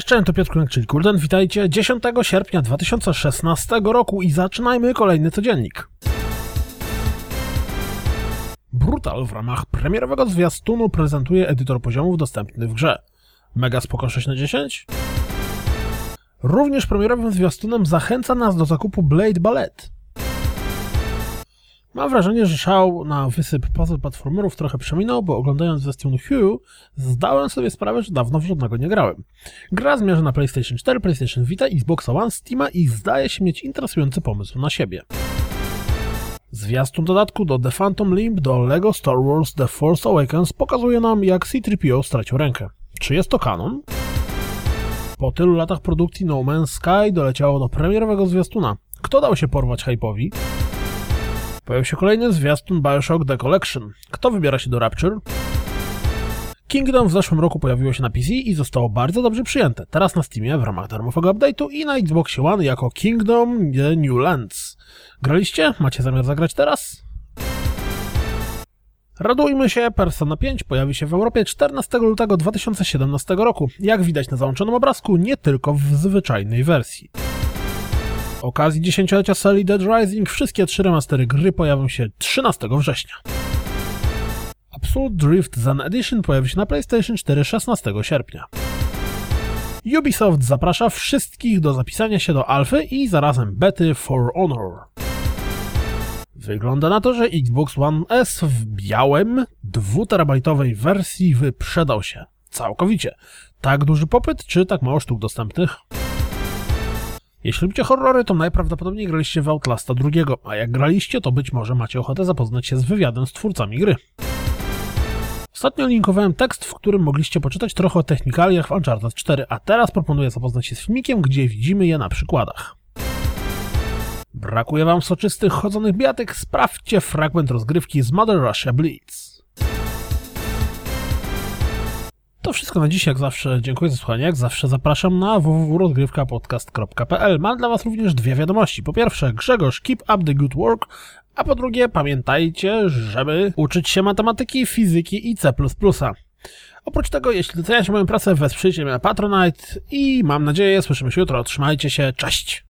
Cześć, to Piotr Kulek, czyli Kulden. Witajcie 10 sierpnia 2016 roku i zaczynajmy kolejny codziennik. Brutal w ramach premierowego zwiastunu prezentuje edytor poziomów dostępny w grze. Mega spoko 6/10? Również premierowym zwiastunem zachęca nas do zakupu Blade Ballet. Mam wrażenie, że szał na wysyp puzzle platformerów trochę przeminął, bo oglądając zwiastun Hue zdałem sobie sprawę, że dawno w żadnego nie grałem. Gra zmierza na PlayStation 4, PlayStation Vita, Xbox One, Steama i zdaje się mieć interesujący pomysł na siebie. Zwiastun dodatku do The Phantom Limb do LEGO Star Wars The Force Awakens pokazuje nam, jak C-3PO stracił rękę. Czy jest to kanon? Po tylu latach produkcji No Man's Sky doleciało do premierowego zwiastuna. Kto dał się porwać hype'owi? Pojawił się kolejny zwiastun BioShock The Collection. Kto wybiera się do Rapture? Kingdom w zeszłym roku pojawiło się na PC i zostało bardzo dobrze przyjęte. Teraz na Steamie w ramach darmowego update'u i na Xboxie One jako Kingdom The New Lands. Graliście? Macie zamiar zagrać teraz? Radujmy się, Persona 5 pojawi się w Europie 14 lutego 2017 roku. Jak widać na załączonym obrazku, nie tylko w zwyczajnej wersji. Z okazji 10-lecia serii Dead Rising wszystkie 3 remastery gry pojawią się 13 września. Absolute Drift Zen Edition pojawi się na PlayStation 4 16 sierpnia. Ubisoft zaprasza wszystkich do zapisania się do alfy i zarazem bety For Honor. Wygląda na to, że Xbox One S w białym 2-terabajtowej wersji wyprzedał się. Całkowicie. Tak duży popyt, czy tak mało sztuk dostępnych? Jeśli lubicie horrory, to najprawdopodobniej graliście w Outlasta 2, a jak graliście, to być może macie ochotę zapoznać się z wywiadem z twórcami gry. Ostatnio linkowałem tekst, w którym mogliście poczytać trochę o technikaliach w Uncharted 4, a teraz proponuję zapoznać się z filmikiem, gdzie widzimy je na przykładach. Brakuje wam soczystych, chodzonych bijatyk? Sprawdźcie fragment rozgrywki z Mother Russia Blitz. To wszystko na dziś, jak zawsze dziękuję za słuchanie, jak zawsze zapraszam na www.rozgrywkapodcast.pl. Mam dla was również 2 wiadomości. Po pierwsze, Grzegorz, keep up the good work, a po drugie, pamiętajcie, żeby uczyć się matematyki, fizyki i C++. Oprócz tego, jeśli doceniacie moją pracę, wesprzyjcie mnie na Patronite i mam nadzieję, słyszymy się jutro. Trzymajcie się, cześć!